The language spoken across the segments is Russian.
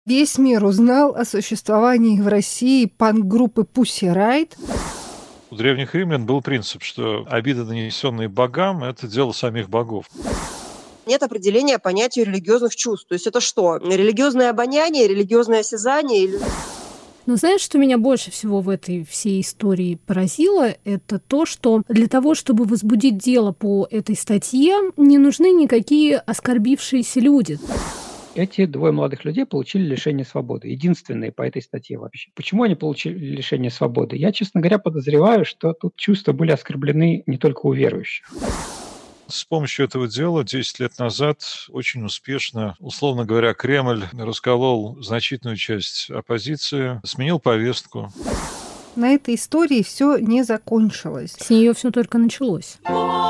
Весь мир узнал о существовании в России панк-группы Pussy Riot. У древних римлян был принцип, что обиды, нанесенные богам, это дело самих богов. Нет определения понятия религиозных чувств. То есть это что? Религиозное обоняние, религиозное осязание? Но знаешь, что меня больше всего в этой всей истории поразило? Это то, что для того, чтобы возбудить дело по этой статье, не нужны никакие оскорбившиеся люди. Эти двое молодых людей получили лишение свободы. Единственные по этой статье вообще. Почему они получили лишение свободы? Я, честно говоря, подозреваю, что тут чувства были оскорблены не только у верующих. С помощью этого дела 10 лет назад очень успешно, условно говоря, Кремль расколол значительную часть оппозиции, сменил повестку. На этой истории все не закончилось. С нее все только началось.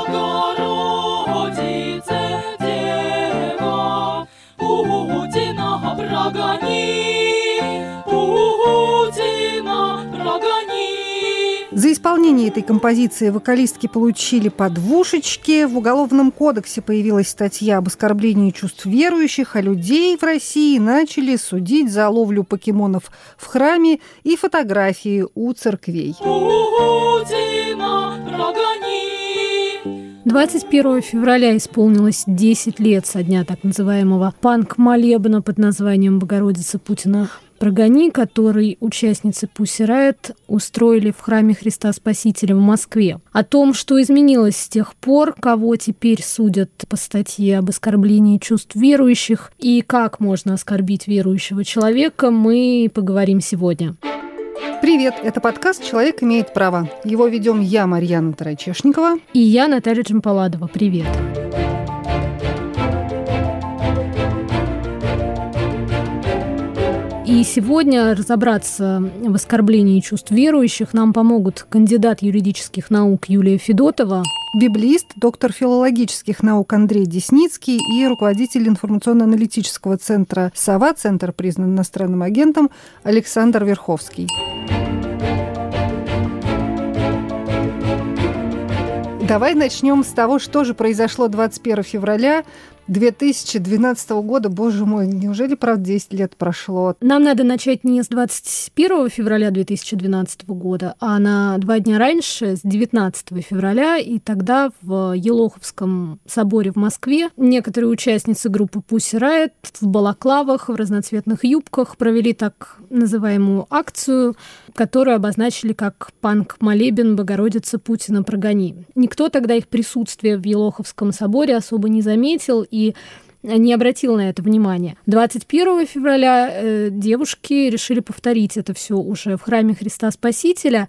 За исполнение этой композиции вокалистки получили по двушечке. В Уголовном кодексе появилась статья об оскорблении чувств верующих, а людей в России начали судить за ловлю покемонов в храме и фотографии у церквей. 21 февраля исполнилось 10 лет со дня так называемого панк-молебна под названием «Богородица Путина прогони», который участницы Pussy Riot устроили в храме Христа Спасителя в Москве. О том, что изменилось с тех пор, кого теперь судят по статье об оскорблении чувств верующих и как можно оскорбить верующего человека, мы поговорим сегодня. Привет, это подкаст «Человек имеет право». Его ведем я, Марьяна Тарачешникова. И я, Наталья Джампаладова. Привет. И сегодня разобраться в оскорблении чувств верующих нам помогут кандидат юридических наук Юлия Федотова, библиист, доктор филологических наук Андрей Десницкий и руководитель информационно-аналитического центра «Сова», центр признан иностранным агентом, Александр Верховский. Давай начнем с того, что же произошло 21 февраля 2012 года. Боже мой, неужели, правда, 10 лет прошло? Нам надо начать не с 21 февраля 2012 года, а на 2 дня раньше, с 19 февраля. И тогда в Елоховском соборе в Москве некоторые участницы группы Pussy Riot в балаклавах, в разноцветных юбках провели так называемую акцию, которую обозначили как «Панк-молебен Богородица Путина прогони». Никто тогда их присутствие в Елоховском соборе особо не заметил и не обратил на это внимания. 21 февраля девушки решили повторить это все уже в храме Христа Спасителя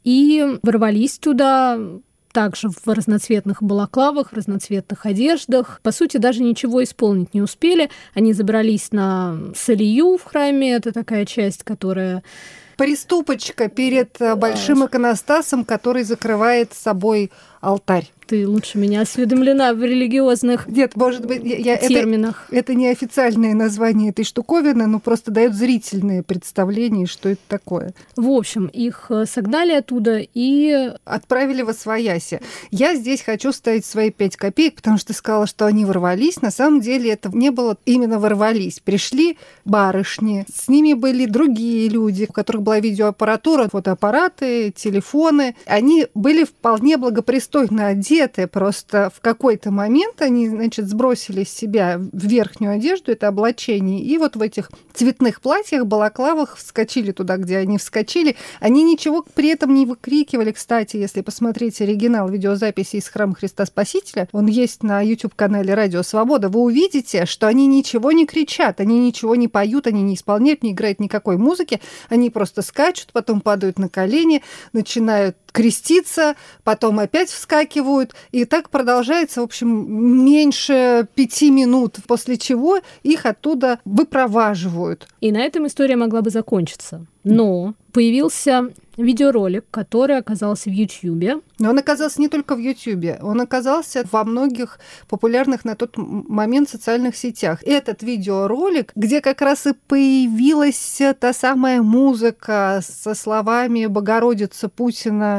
и ворвались туда также в разноцветных балаклавах, разноцветных одеждах. По сути, даже ничего исполнить не успели. Они забрались на солию в храме. Это такая часть, которая... Приступочка перед большим иконостасом, который закрывает собой алтарь. Ты лучше меня осведомлена в религиозных Нет, может быть, терминах. Это не официальное название этой штуковины, но просто дает зрительное представление, что это такое. В общем, их согнали оттуда и... отправили восвояси. Я здесь хочу ставить свои 5 копеек, потому что ты сказала, что они ворвались. На самом деле это не было именно ворвались. Пришли барышни, с ними были другие люди, у которых была видеоаппаратура, фотоаппараты, телефоны. Они были вполне благопристойно одеты. Просто в какой-то момент они, сбросили с себя верхнюю одежду, это облачение, и вот в этих цветных платьях, балаклавах вскочили туда, где они вскочили. Они ничего при этом не выкрикивали. Кстати, если посмотреть оригинал видеозаписи из храма Христа Спасителя, он есть на YouTube-канале «Радио Свобода», вы увидите, что они ничего не кричат, они ничего не поют, они не исполняют, не играют никакой музыки, они просто скачут, потом падают на колени, начинают креститься, потом опять вскакивают. И так продолжается, в общем, меньше 5 минут, после чего их оттуда выпроваживают. И на этом история могла бы закончиться. Но появился видеоролик, который оказался в Ютьюбе. Но он оказался не только в Ютьюбе, он оказался во многих популярных на тот момент социальных сетях. Этот видеоролик, где как раз и появилась та самая музыка со словами «Богородица Путина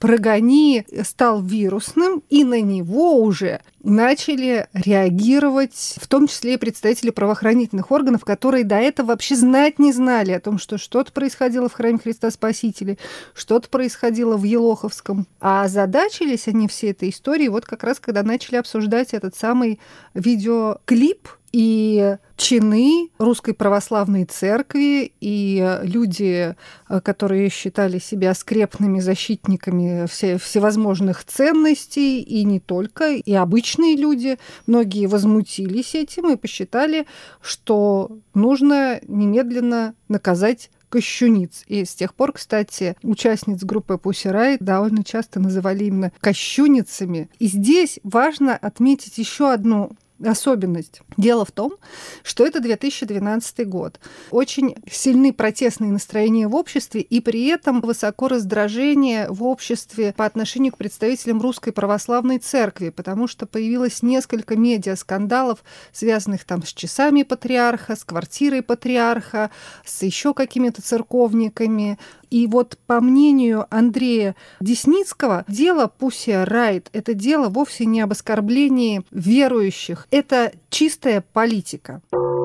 «прогони» стал вирусным, и на него уже начали реагировать, в том числе и представители правоохранительных органов, которые до этого вообще знать не знали о том, что что-то происходило в храме Христа Спасителя, что-то происходило в Елоховском. А озадачились они всей этой историей вот как раз, когда начали обсуждать этот самый видеоклип, и чины Русской Православной Церкви, и люди, которые считали себя скрепными защитниками всевозможных ценностей, и не только, и обычные люди, многие возмутились этим и посчитали, что нужно немедленно наказать кощуниц. И с тех пор, кстати, участниц группы Pussy Riot довольно часто называли именно кощуницами. И здесь важно отметить еще одну особенность. Дело в том, что это 2012 год. Очень сильны протестные настроения в обществе, и при этом высоко раздражение в обществе по отношению к представителям Русской Православной Церкви, потому что появилось несколько медиаскандалов, связанных там с часами патриарха, с квартирой патриарха, с еще какими-то церковниками. И вот по мнению Андрея Десницкого, дело Pussy Riot – это дело вовсе не об оскорблении верующих, это чистая политика.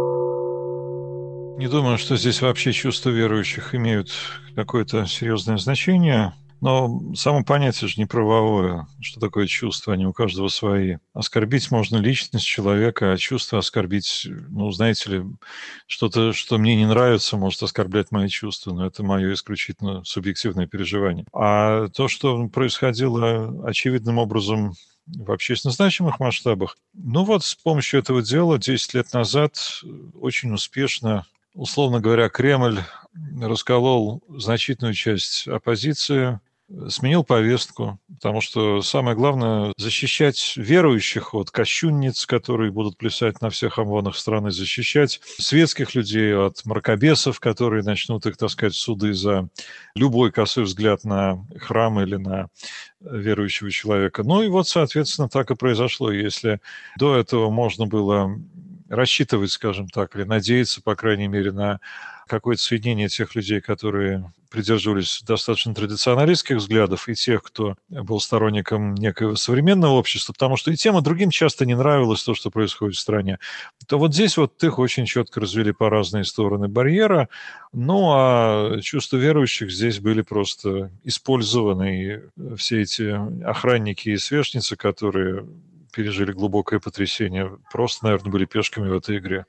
Не думаю, что здесь вообще чувства верующих имеют какое-то серьезное значение. Но само понятие же не правовое. Что такое чувства? Они у каждого свои. Оскорбить можно личность человека, а чувства оскорбить, знаете ли, что-то, что мне не нравится, может оскорблять мои чувства, но это мое исключительно субъективное переживание. А то, что происходило очевидным образом в общественно значимых масштабах, с помощью этого дела 10 лет назад очень успешно, условно говоря, Кремль расколол значительную часть оппозиции, сменил повестку, потому что самое главное – защищать верующих от кощунниц, которые будут плясать на всех амвонах страны, защищать светских людей от мракобесов, которые начнут их таскать в суды за любой косой взгляд на храм или на верующего человека. Соответственно, так и произошло. Если до этого можно было рассчитывать, скажем так, или надеяться, по крайней мере, на какое-то соединение тех людей, которые придерживались достаточно традиционалистских взглядов, и тех, кто был сторонником некоего современного общества, потому что и тем, и другим часто не нравилось то, что происходит в стране, то вот здесь их очень четко развели по разные стороны барьера, а чувства верующих здесь были просто использованы, и все эти охранники и свешницы, которые пережили глубокое потрясение, просто, наверное, были пешками в этой игре.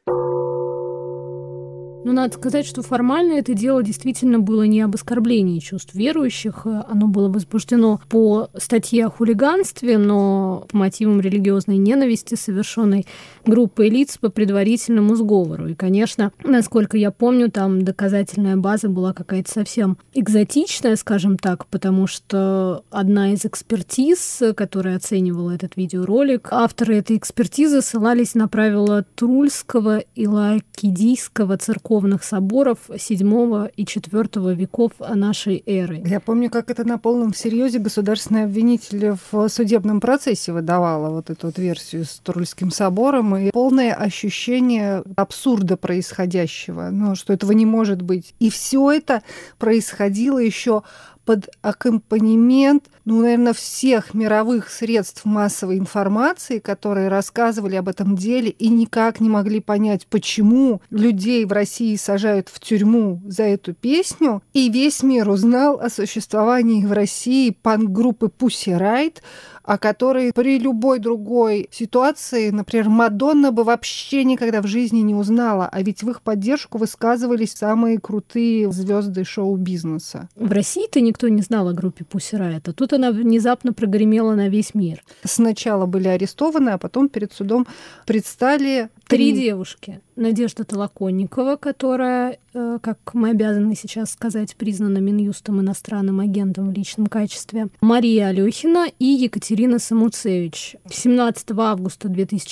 Надо сказать, что формально это дело действительно было не об оскорблении чувств верующих. Оно было возбуждено по статье о хулиганстве, но по мотивам религиозной ненависти, совершенной группой лиц по предварительному сговору. И, конечно, насколько я помню, там доказательная база была какая-то совсем экзотичная, скажем так, потому что одна из экспертиз, которая оценивала этот видеоролик, авторы этой экспертизы ссылались на правила Трульского и Лакедийского церковных соборов VII и IV веков нашей эры. Я помню, как это на полном серьезе государственный обвинитель в судебном процессе выдавала вот эту версию с Трульским собором, и полное ощущение абсурда происходящего, что этого не может быть. И все это происходило еще под аккомпанемент, наверное, всех мировых средств массовой информации, которые рассказывали об этом деле и никак не могли понять, почему людей в России сажают в тюрьму за эту песню. И весь мир узнал о существовании в России панк-группы Pussy Riot, о которой при любой другой ситуации, например, Мадонна бы вообще никогда в жизни не узнала, а ведь в их поддержку высказывались самые крутые звезды шоу-бизнеса. В России-то никто не знал о группе Pussy Riot, а тут она внезапно прогремела на весь мир. Сначала были арестованы, а потом перед судом предстали три девушки. Надежда Толоконникова, которая, как мы обязаны сейчас сказать, признана Минюстом иностранным агентом в личном качестве, Мария Алёхина и Екатерина Самуцевич. 17 августа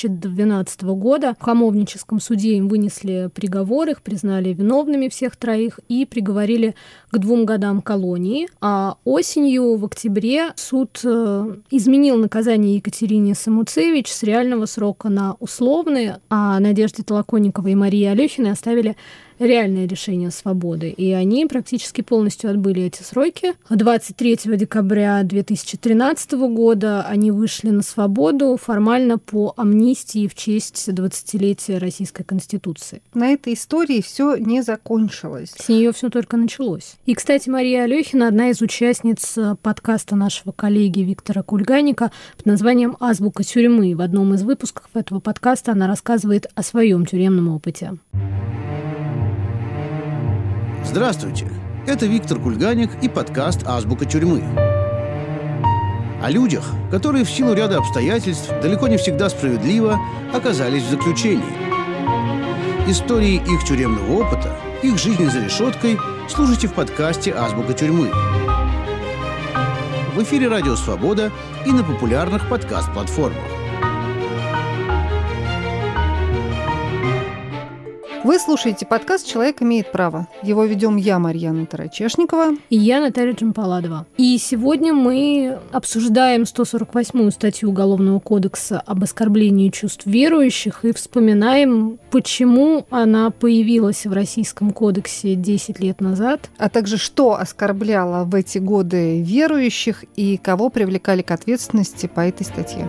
2012 года в Хамовническом суде им вынесли приговор, их признали виновными всех троих и приговорили к 2 годам колонии. А осенью, в октябре, суд изменил наказание Екатерине Самуцевич с реального срока на условный, а Надежде Толоконниковой и Марии Алёхиной оставили реальное лишение свободы. И они практически полностью отбыли эти сроки. 23 декабря 2013 года они вышли на свободу формально по амнистии в честь 20-летия Российской Конституции. На этой истории все не закончилось. С нее все только началось. И, кстати, Мария Алёхина, одна из участниц подкаста нашего коллеги Виктора Кульганика под названием «Азбука тюрьмы». В одном из выпусков этого подкаста она рассказывает о своем тюремном опыте. Здравствуйте! Это Виктор Кульганик и подкаст «Азбука тюрьмы». О людях, которые в силу ряда обстоятельств, далеко не всегда справедливо, оказались в заключении. Истории их тюремного опыта, их жизни за решеткой слушайте в подкасте «Азбука тюрьмы». В эфире «Радио Свобода» и на популярных подкаст-платформах. Вы слушаете подкаст «Человек имеет право». Его ведем я, Марьяна Тарачешникова. И я, Наталья Джампаладова. И сегодня мы обсуждаем 148-ю статью Уголовного кодекса об оскорблении чувств верующих и вспоминаем, почему она появилась в Российском кодексе 10 лет назад. А также, что оскорбляло в эти годы верующих и кого привлекали к ответственности по этой статье.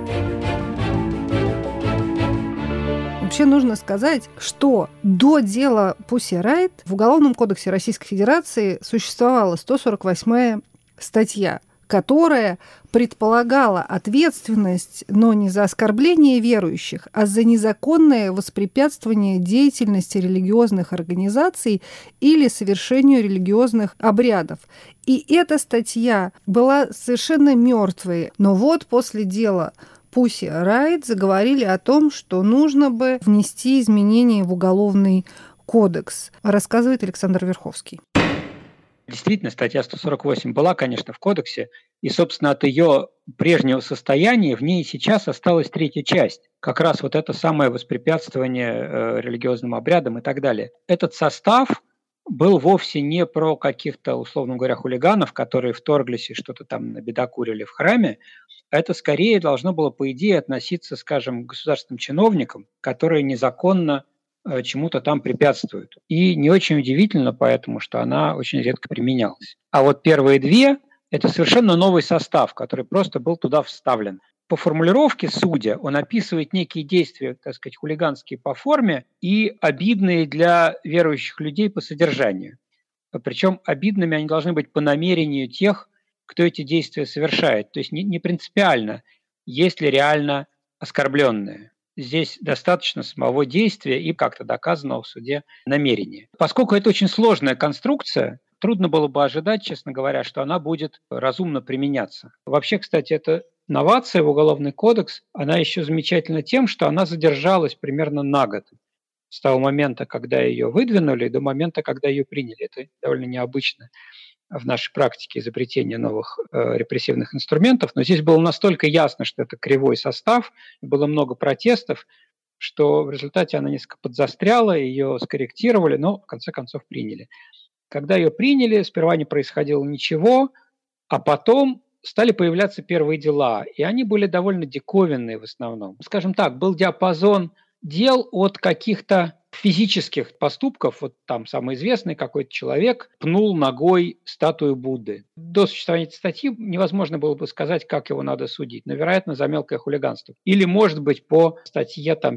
Вообще нужно сказать, что до дела Pussy Riot в Уголовном кодексе Российской Федерации существовала 148-я статья, которая предполагала ответственность, но не за оскорбление верующих, а за незаконное воспрепятствование деятельности религиозных организаций или совершению религиозных обрядов. И эта статья была совершенно мертвой. Но вот после дела Pussy Riot заговорили о том, что нужно бы внести изменения в Уголовный кодекс, рассказывает Александр Верховский. Действительно, статья 148 была, конечно, в кодексе, и, собственно, от ее прежнего состояния в ней сейчас осталась третья часть. Как раз вот это самое воспрепятствование религиозным обрядам и так далее. Этот состав был вовсе не про каких-то, условно говоря, хулиганов, которые вторглись и что-то там набедокурили в храме. Это скорее должно было, по идее, относиться, скажем, к государственным чиновникам, которые незаконно чему-то там препятствуют. И не очень удивительно поэтому, что она очень редко применялась. А вот первые две – это совершенно новый состав, который просто был туда вставлен. По формулировке судья он описывает некие действия, так сказать, хулиганские по форме и обидные для верующих людей по содержанию. Причем обидными они должны быть по намерению тех, кто эти действия совершает. То есть не принципиально, есть ли реально оскорбленные. Здесь достаточно самого действия и как-то доказанного в суде намерения. Поскольку это очень сложная конструкция, трудно было бы ожидать, честно говоря, что она будет разумно применяться. Вообще, кстати, эта новация в Уголовный кодекс, она еще замечательна тем, что она задержалась примерно на год. С того момента, когда ее выдвинули, до момента, когда ее приняли. Это довольно необычно в нашей практике изобретения новых репрессивных инструментов. Но здесь было настолько ясно, что это кривой состав, было много протестов, что в результате она несколько подзастряла, ее скорректировали, но в конце концов приняли. Когда ее приняли, сперва не происходило ничего, а потом стали появляться первые дела, и они были довольно диковинные в основном. Скажем так, был диапазон дел от каких-то физических поступков. Вот там самый известный какой-то человек пнул ногой статую Будды. До существования этой статьи невозможно было бы сказать, как его надо судить, но, вероятно, за мелкое хулиганство. Или, может быть, по статье там,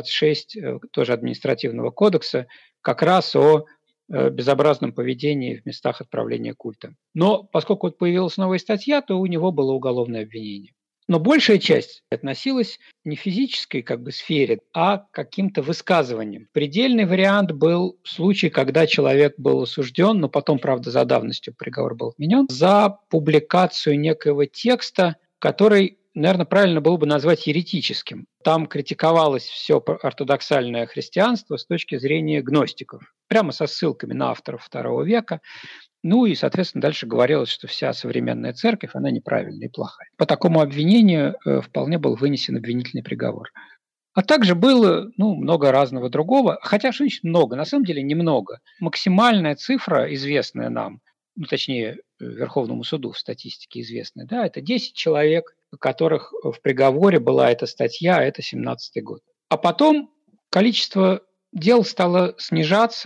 5.26 тоже административного кодекса, как раз о безобразном поведении в местах отправления культа. Но поскольку вот появилась новая статья, то у него было уголовное обвинение. Но большая часть относилась не к физической сфере, а к каким-то высказываниям. Предельный вариант был случай, когда человек был осужден, но потом, правда, за давностью приговор был отменен, за публикацию некоего текста, который, наверное, правильно было бы назвать еретическим. Там критиковалось все ортодоксальное христианство с точки зрения гностиков, прямо со ссылками на авторов II века. Ну и, соответственно, дальше говорилось, что вся современная церковь, она неправильная и плохая. По такому обвинению вполне был вынесен обвинительный приговор. А также было много разного другого, хотя что значит много, на самом деле немного. Максимальная цифра, известная нам, точнее, Верховному суду в статистике известная, да, это 10 человек, у которых в приговоре была эта статья, это 17-й год. А потом количество дел стало снижаться,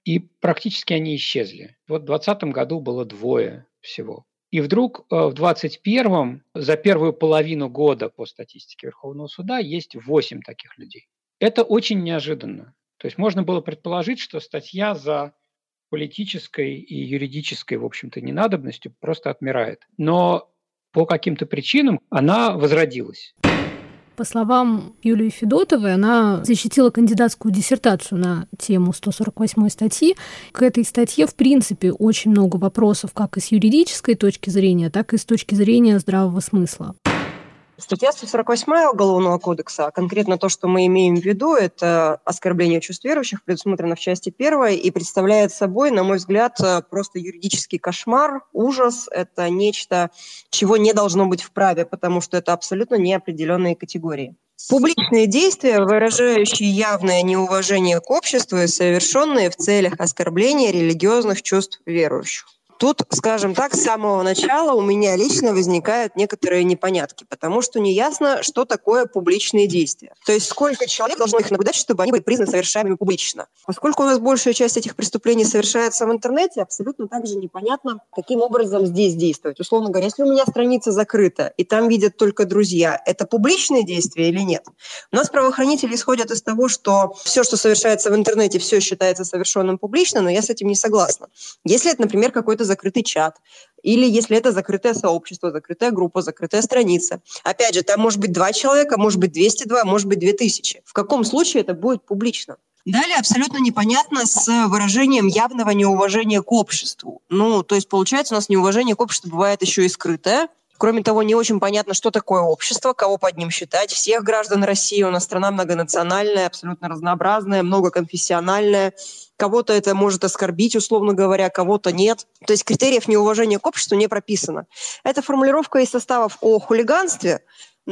и практически они исчезли. Вот в 2020 году было 2 всего. И вдруг в 2021 за первую половину года по статистике Верховного суда есть 8 таких людей. Это очень неожиданно. То есть можно было предположить, что статья за политической и юридической, в общем-то, ненадобностью просто отмирает. Но по каким-то причинам она возродилась. По словам Юлии Федотовой, она защитила кандидатскую диссертацию на тему 148 статьи. К этой статье, в принципе, очень много вопросов как и с юридической точки зрения, так и с точки зрения здравого смысла. Статья 148 Уголовного кодекса, конкретно то, что мы имеем в виду, это оскорбление чувств верующих, предусмотрено в части 1 и представляет собой, на мой взгляд, просто юридический кошмар, ужас. Это нечто, чего не должно быть в праве, потому что это абсолютно неопределенные категории. Публичные действия, выражающие явное неуважение к обществу и совершенные в целях оскорбления религиозных чувств верующих. Тут, скажем так, с самого начала у меня лично возникают некоторые непонятки, потому что неясно, что такое публичные действия. То есть сколько человек должно их наблюдать, чтобы они были признаны совершаемыми публично. Поскольку у нас большая часть этих преступлений совершается в интернете, абсолютно также непонятно, каким образом здесь действовать. Условно говоря, если у меня страница закрыта, и там видят только друзья, это публичные действия или нет? У нас правоохранители исходят из того, что все, что совершается в интернете, все считается совершенным публично, но я с этим не согласна. Если это, например, какой-то закрытый чат, или если это закрытое сообщество, закрытая группа, закрытая страница. Опять же, там может быть 2 человека, может быть 202, может быть 2000. В каком случае это будет публично? Далее абсолютно непонятно с выражением явного неуважения к обществу. То есть, получается, у нас неуважение к обществу бывает еще и скрытое. Кроме того, не очень понятно, что такое общество, кого под ним считать. Всех граждан России, у нас страна многонациональная, абсолютно разнообразная, многоконфессиональная. Кого-то это может оскорбить, условно говоря, кого-то нет. То есть критериев неуважения к обществу не прописано. Это формулировка из составов о хулиганстве,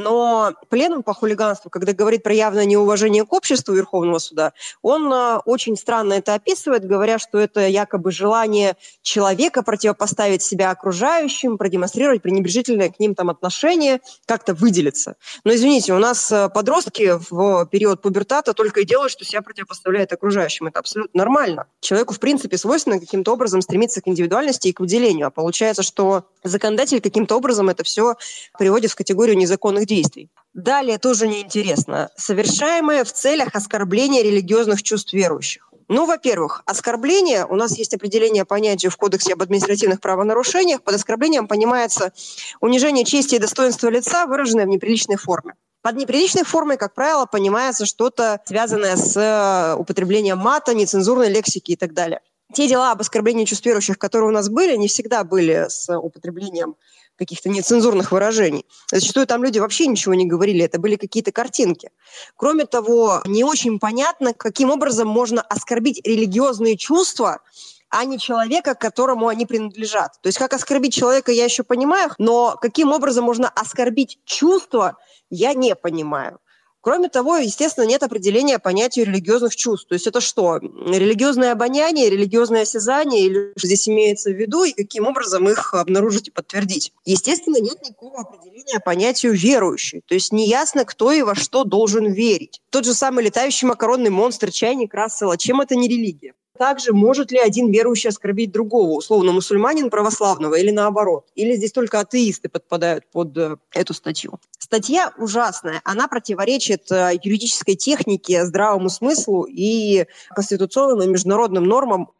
но пленум по хулиганству, когда говорит про явное неуважение к обществу Верховного суда, он очень странно это описывает, говоря, что это якобы желание человека противопоставить себя окружающим, продемонстрировать пренебрежительное к ним отношение, как-то выделиться. Но извините, у нас подростки в период пубертата только и делают, что себя противопоставляют окружающим. Это абсолютно нормально. Человеку, в принципе, свойственно каким-то образом стремиться к индивидуальности и к выделению. А получается, что законодатель каким-то образом это все приводит в категорию незаконных действий. Далее тоже неинтересно. Совершаемое в целях оскорбления религиозных чувств верующих. Во-первых, оскорбление, у нас есть определение понятия в Кодексе об административных правонарушениях. Под оскорблением понимается унижение чести и достоинства лица, выраженное в неприличной форме. Под неприличной формой, как правило, понимается что-то, связанное с употреблением мата, нецензурной лексики и так далее. Те дела об оскорблении чувств верующих, которые у нас были, не всегда были с употреблением каких-то нецензурных выражений. Зачастую там люди вообще ничего не говорили, это были какие-то картинки. Кроме того, не очень понятно, каким образом можно оскорбить религиозные чувства, а не человека, к которому они принадлежат. То есть как оскорбить человека, я еще понимаю, но каким образом можно оскорбить чувства, я не понимаю. Кроме того, естественно, нет определения понятия религиозных чувств. То есть это что? Религиозное обоняние, религиозное осязание, или что здесь имеется в виду, и каким образом их обнаружить и подтвердить? Естественно, нет никакого определения понятию верующий. То есть неясно, кто и во что должен верить. Тот же самый летающий макаронный монстр, чайник Рассела. Чем это не религия? Также может ли один верующий оскорбить другого, условно мусульманин православного или наоборот? Или здесь только атеисты подпадают под эту статью? Статья ужасная, она противоречит юридической технике, здравому смыслу и конституционным и международным нормам.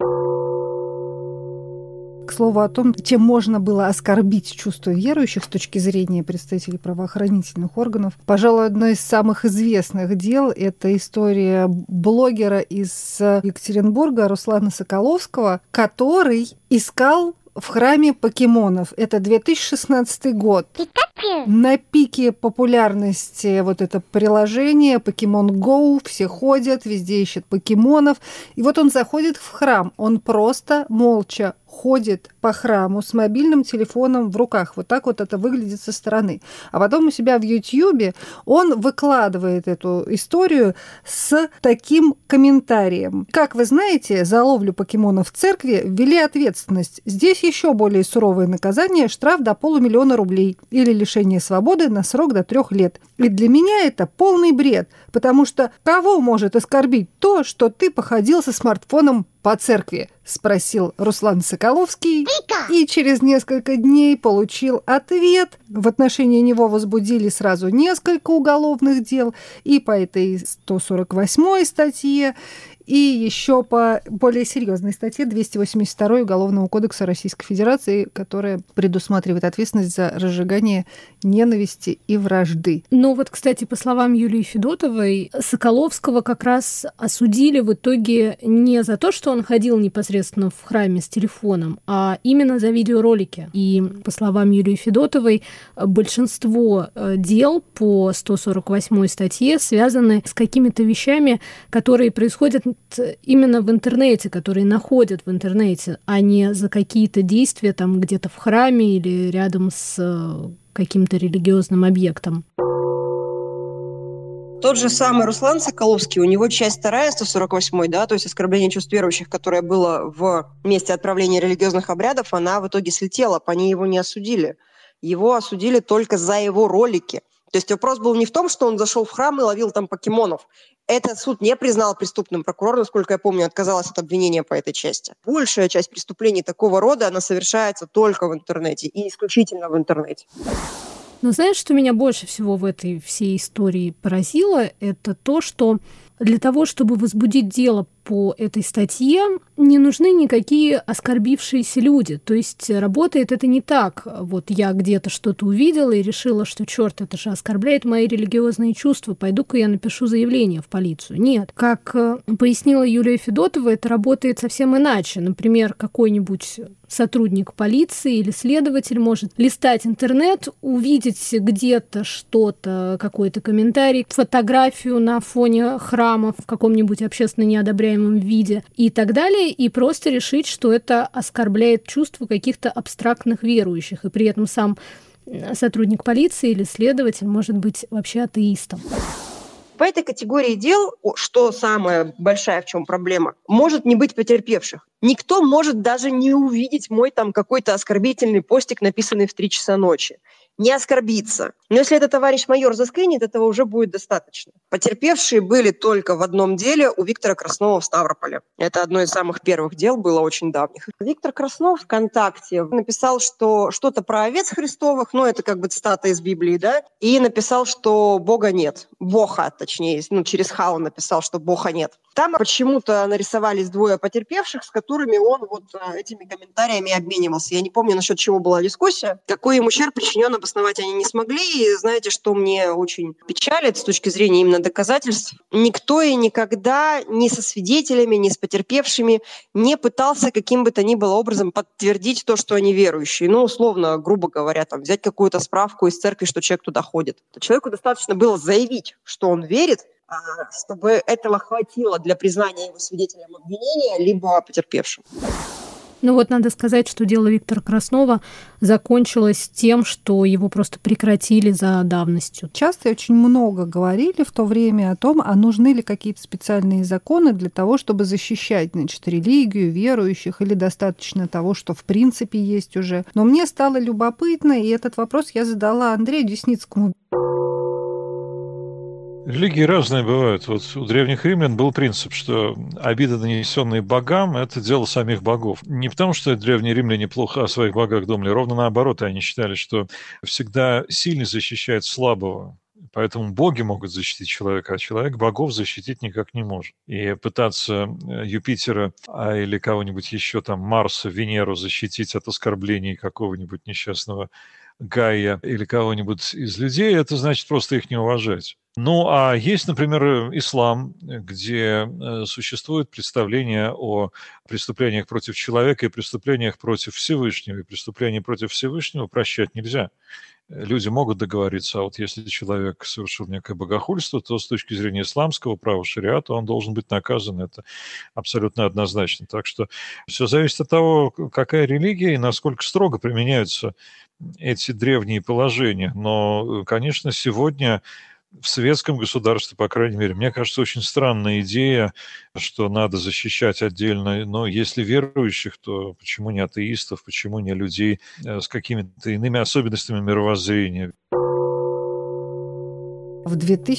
К слову о том, чем можно было оскорбить чувства верующих с точки зрения представителей правоохранительных органов. Пожалуй, одно из самых известных дел – это история блогера из Екатеринбурга Руслана Соколовского, который искал в храме покемонов. Это 2016 год. На пике популярности это приложение Pokemon Go, все ходят, везде ищут покемонов. И вот он заходит в храм, он просто молча ходит по храму с мобильным телефоном в руках. Вот так это выглядит со стороны. А потом у себя в YouTube он выкладывает эту историю с таким комментарием. Как вы знаете, за ловлю покемонов в церкви ввели ответственность. Здесь еще более суровое наказание – штраф до 500 000 рублей или лишение лишения свободы на срок до 3 лет. И для меня это полный бред, потому что кого может оскорбить то, что ты походил со смартфоном по церкви? Спросил Руслан Соколовский. И через несколько дней получил ответ. В отношении него возбудили сразу несколько уголовных дел. И по этой 148 статье, и еще по более серьезной статье 282 Уголовного кодекса Российской Федерации, которая предусматривает ответственность за разжигание ненависти и вражды. Но вот, кстати, по словам Юлии Федотовой, Соколовского как раз осудили в итоге не за то, что он ходил непосредственно в храме с телефоном, а именно за видеоролики. И по словам Юлии Федотовой, большинство дел по 148 статье связаны с какими-то вещами, которые происходят именно в интернете, которые находят в интернете, а не за какие-то действия там где-то в храме или рядом с каким-то религиозным объектом. Тот же самый Руслан Соколовский, у него часть 2 148, да, то есть оскорбление чувств верующих, которое было в месте отправления религиозных обрядов, она в итоге слетела, по ней его не осудили. Его осудили только за его ролики. То есть вопрос был не в том, что он зашел в храм и ловил там покемонов. Этот суд не признал преступным. Прокурор, насколько я помню, отказалась от обвинения по этой части. Большая часть преступлений такого рода, она совершается только в интернете и исключительно в интернете. Но знаешь, что меня больше всего в этой всей истории поразило? Это то, что для того, чтобы возбудить дело по этой статье, не нужны никакие оскорбившиеся люди. То есть работает это не так. Вот я где-то что-то увидела и решила, что черт, это же оскорбляет мои религиозные чувства, пойду-ка я напишу заявление в полицию. Нет. Как пояснила Юлия Федотова, это работает совсем иначе. Например, какой-нибудь сотрудник полиции или следователь может листать интернет, увидеть где-то что-то, какой-то комментарий, фотографию на фоне храма в каком-нибудь общественно неодобряемом виде и так далее, и просто решить, что это оскорбляет чувства каких-то абстрактных верующих, и при этом сам сотрудник полиции или следователь может быть вообще атеистом. По этой категории дел, что самая большая в чем проблема, может не быть потерпевших. Никто может даже не увидеть мой там какой-то оскорбительный постик, написанный в 3 часа ночи. Не оскорбиться. Но если это товарищ майор заскринит, этого уже будет достаточно. Потерпевшие были только в одном деле у Виктора Краснова в Ставрополе. Это одно из самых первых дел, было очень давних. Виктор Краснов ВКонтакте написал, что что-то про овец Христовых, ну это как бы цитата из Библии, да, и написал, что Бога нет. Бога, точнее, через Ха он написал, что Бога нет. Там почему-то нарисовались 2 потерпевших, с которыми он вот этими комментариями обменивался. Я не помню, насчет чего была дискуссия. Какой им ущерб причинен, обосновать они не смогли. И знаете, что мне очень печалит с точки зрения именно доказательств? Никто и никогда ни со свидетелями, ни с потерпевшими не пытался каким бы то ни было образом подтвердить то, что они верующие. Ну, условно, грубо говоря, там, взять какую-то справку из церкви, что человек туда ходит. Человеку достаточно было заявить, что он верит, чтобы этого хватило для признания его свидетелем обвинения, либо потерпевшим. Ну вот надо сказать, что дело Виктора Краснова закончилось тем, что его просто прекратили за давностью. Часто и очень много говорили в то время о том, а нужны ли какие-то специальные законы для того, чтобы защищать, значит, религию, верующих, или достаточно того, что в принципе есть уже. Но мне стало любопытно, и этот вопрос я задала Андрею Десницкому. Религии разные бывают. Вот у древних римлян был принцип, что обиды, нанесенные богам, это дело самих богов. Не потому, что древние римляне плохо о своих богах думали, ровно наоборот, они считали, что всегда сильный защищает слабого. Поэтому боги могут защитить человека, а человек богов защитить никак не может. И пытаться Юпитера или кого-нибудь еще, там, Марса, Венеру защитить от оскорблений какого-нибудь несчастного Гая или кого-нибудь из людей, это значит просто их не уважать. Ну, а есть, например, ислам, где существует представление о преступлениях против человека и преступлениях против Всевышнего. И преступления против Всевышнего прощать нельзя. Люди могут договориться, а вот если человек совершил некое богохульство, то с точки зрения исламского права шариата он должен быть наказан. Это абсолютно однозначно. Так что все зависит от того, какая религия и насколько строго применяются эти древние положения. Но, конечно, сегодня в советском государстве, по крайней мере, мне кажется, очень странная идея, что надо защищать отдельно. Но если верующих, то почему не атеистов, почему не людей с какими-то иными особенностями мировоззрения? В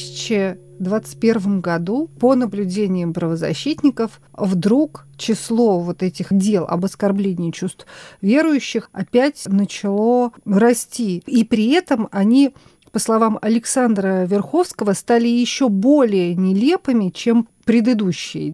2021 году, по наблюдениям правозащитников, вдруг число вот этих дел об оскорблении чувств верующих опять начало расти. И при этом они, по словам Александра Верховского, стали еще более нелепыми, чем предыдущие.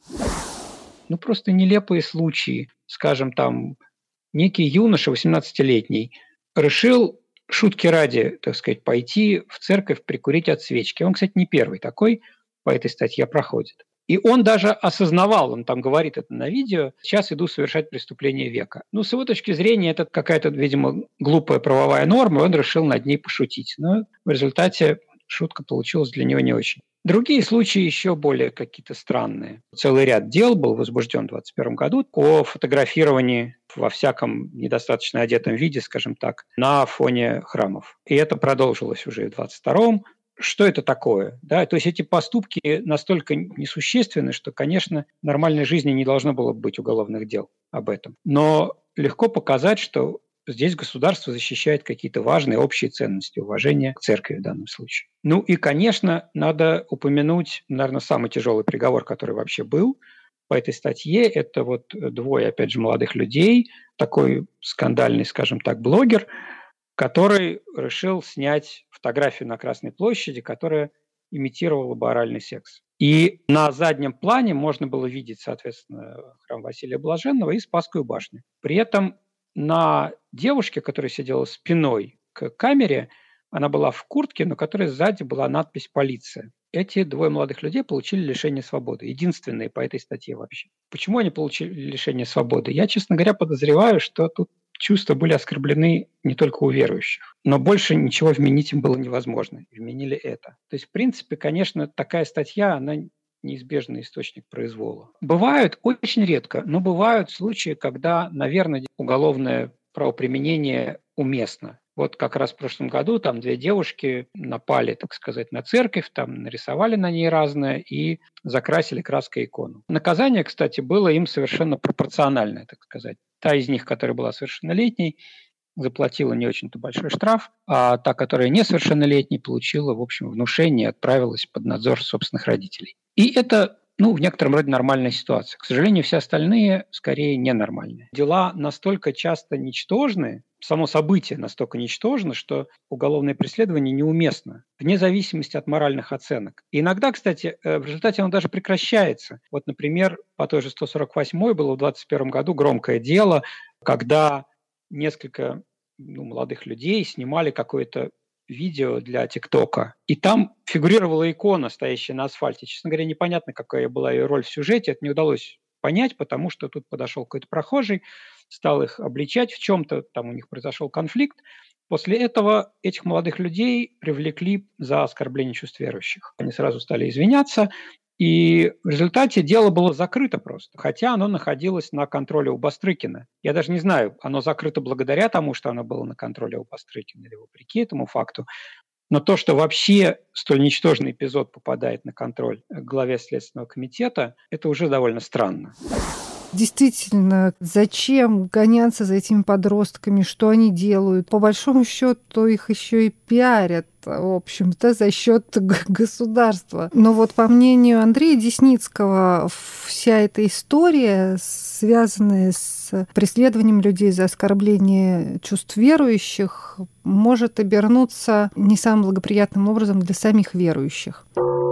Просто нелепые случаи. Скажем, там некий юноша, 18-летний, решил шутки ради, так сказать, пойти в церковь прикурить от свечки. Он, кстати, не первый такой, по этой статье проходит. И он даже осознавал, он там говорит это на видео, сейчас иду совершать преступление века. С его точки зрения, это какая-то, видимо, глупая правовая норма, и он решил над ней пошутить. Но в результате шутка получилась для него не очень. Другие случаи еще более какие-то странные. Целый ряд дел был возбужден в 2021 году о фотографировании во всяком недостаточно одетом виде, скажем так, на фоне храмов. И это продолжилось уже и в 2022. Что это такое? Да, то есть эти поступки настолько несущественны, что, конечно, в нормальной жизни не должно было быть уголовных дел об этом. Но легко показать, что здесь государство защищает какие-то важные общие ценности, уважение к церкви в данном случае. И, конечно, надо упомянуть, наверное, самый тяжелый приговор, который вообще был по этой статье. Это двое, опять же, молодых людей, такой скандальный, скажем так, блогер, который решил снять фотографию на Красной площади, которая имитировала бы оральный секс. И на заднем плане можно было видеть, соответственно, храм Василия Блаженного и Спасскую башню. При этом на девушке, которая сидела спиной к камере, она была в куртке, на которой сзади была надпись «Полиция». Эти двое молодых людей получили лишение свободы. Единственные по этой статье вообще. Почему они получили лишение свободы? Я, честно говоря, подозреваю, что тут чувства были оскорблены не только у верующих. Но больше ничего вменить им было невозможно. И вменили это. То есть, в принципе, конечно, такая статья, она неизбежный источник произвола. Бывают, очень редко, но бывают случаи, когда, наверное, уголовное правоприменение уместно. Как раз в прошлом году там две девушки напали, так сказать, на церковь, там нарисовали на ней разное и закрасили краской икону. Наказание, кстати, было им совершенно пропорциональное, так сказать. Та из них, которая была совершеннолетней, заплатила не очень-то большой штраф, а та, которая несовершеннолетней, получила, в общем, внушение и отправилась под надзор собственных родителей. И это, в некотором роде нормальная ситуация. К сожалению, все остальные скорее ненормальные. Дела настолько часто ничтожны, само событие настолько ничтожно, что уголовное преследование неуместно, вне зависимости от моральных оценок. И иногда, кстати, в результате оно даже прекращается. Например, по той же 148-й было в 2021 году громкое дело, когда несколько молодых людей снимали какое-то видео для ТикТока. И там фигурировала икона, стоящая на асфальте. Честно говоря, непонятно, какая была ее роль в сюжете. Это не удалось понять, потому что тут подошел какой-то прохожий, стал их обличать в чем-то, там у них произошел конфликт. После этого этих молодых людей привлекли за оскорбление чувств верующих. Они сразу стали извиняться, и в результате дело было закрыто просто, хотя оно находилось на контроле у Бастрыкина. Я даже не знаю, оно закрыто благодаря тому, что оно было на контроле у Бастрыкина или вопреки этому факту. Но то, что вообще столь ничтожный эпизод попадает на контроль к главе Следственного комитета, это уже довольно странно. Действительно, зачем гоняться за этими подростками, что они делают? По большому счету их еще и пиарят, в общем-то, за счет государства. Но по мнению Андрея Десницкого, вся эта история, связанная с преследованием людей за оскорбление чувств верующих, может обернуться не самым благоприятным образом для самих верующих.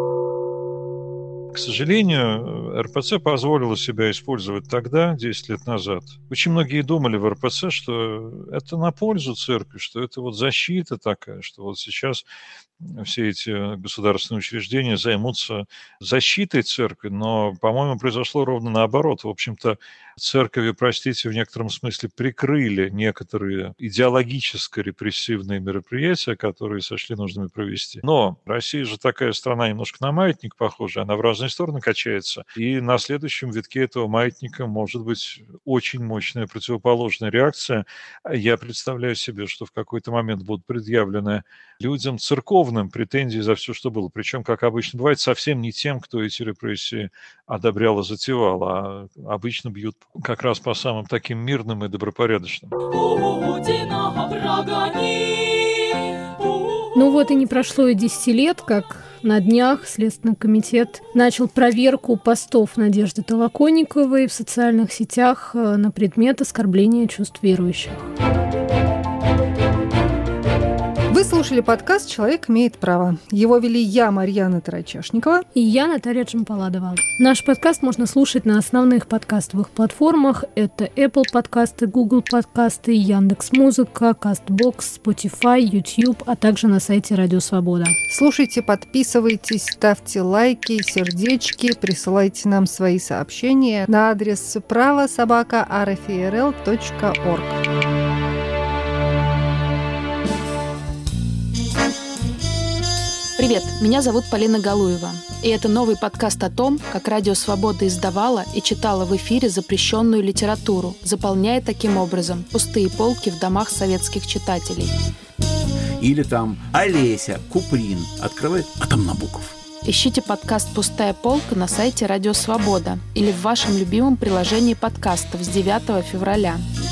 К сожалению, РПЦ позволила себя использовать тогда, 10 лет назад. Очень многие думали в РПЦ, что это на пользу церкви, что это защита такая, что сейчас все эти государственные учреждения займутся защитой церкви, но, по-моему, произошло ровно наоборот. В общем-то, церкви, простите, в некотором смысле прикрыли некоторые идеологическо-репрессивные мероприятия, которые сочли нужными провести. Но Россия же такая страна немножко на маятник похожа, она в разные стороны качается, и на следующем витке этого маятника может быть очень мощная противоположная реакция. Я представляю себе, что в какой-то момент будут предъявлены людям церковным претензии за все, что было. Причем, как обычно бывает, совсем не тем, кто эти репрессии одобрял и затевал, а обычно бьют как раз по самым таким мирным и добропорядочным. Ну вот и не прошло и 10 лет, как на днях Следственный комитет начал проверку постов Надежды Толоконниковой в социальных сетях на предмет оскорбления чувств верующих. Вы слушали подкаст «Человек имеет право». Его вели я, Марьяна Тарачешникова. И я, Наталья Джампаладова. Наш подкаст можно слушать на основных подкастовых платформах. Это Apple подкасты, Google подкасты, Яндекс.Музыка, Castbox, Spotify, YouTube, а также на сайте Радио Свобода. Слушайте, подписывайтесь, ставьте лайки, сердечки, присылайте нам свои сообщения на адрес право@rfirl.org. Привет, меня зовут Полина Галуева, и это новый подкаст о том, как Радио Свобода издавала и читала в эфире запрещенную литературу, заполняя таким образом пустые полки в домах советских читателей. Или там Олеся, Куприн открывает, а там Набоков. Ищите подкаст «Пустая полка» на сайте Радио Свобода или в вашем любимом приложении подкастов с 9 февраля.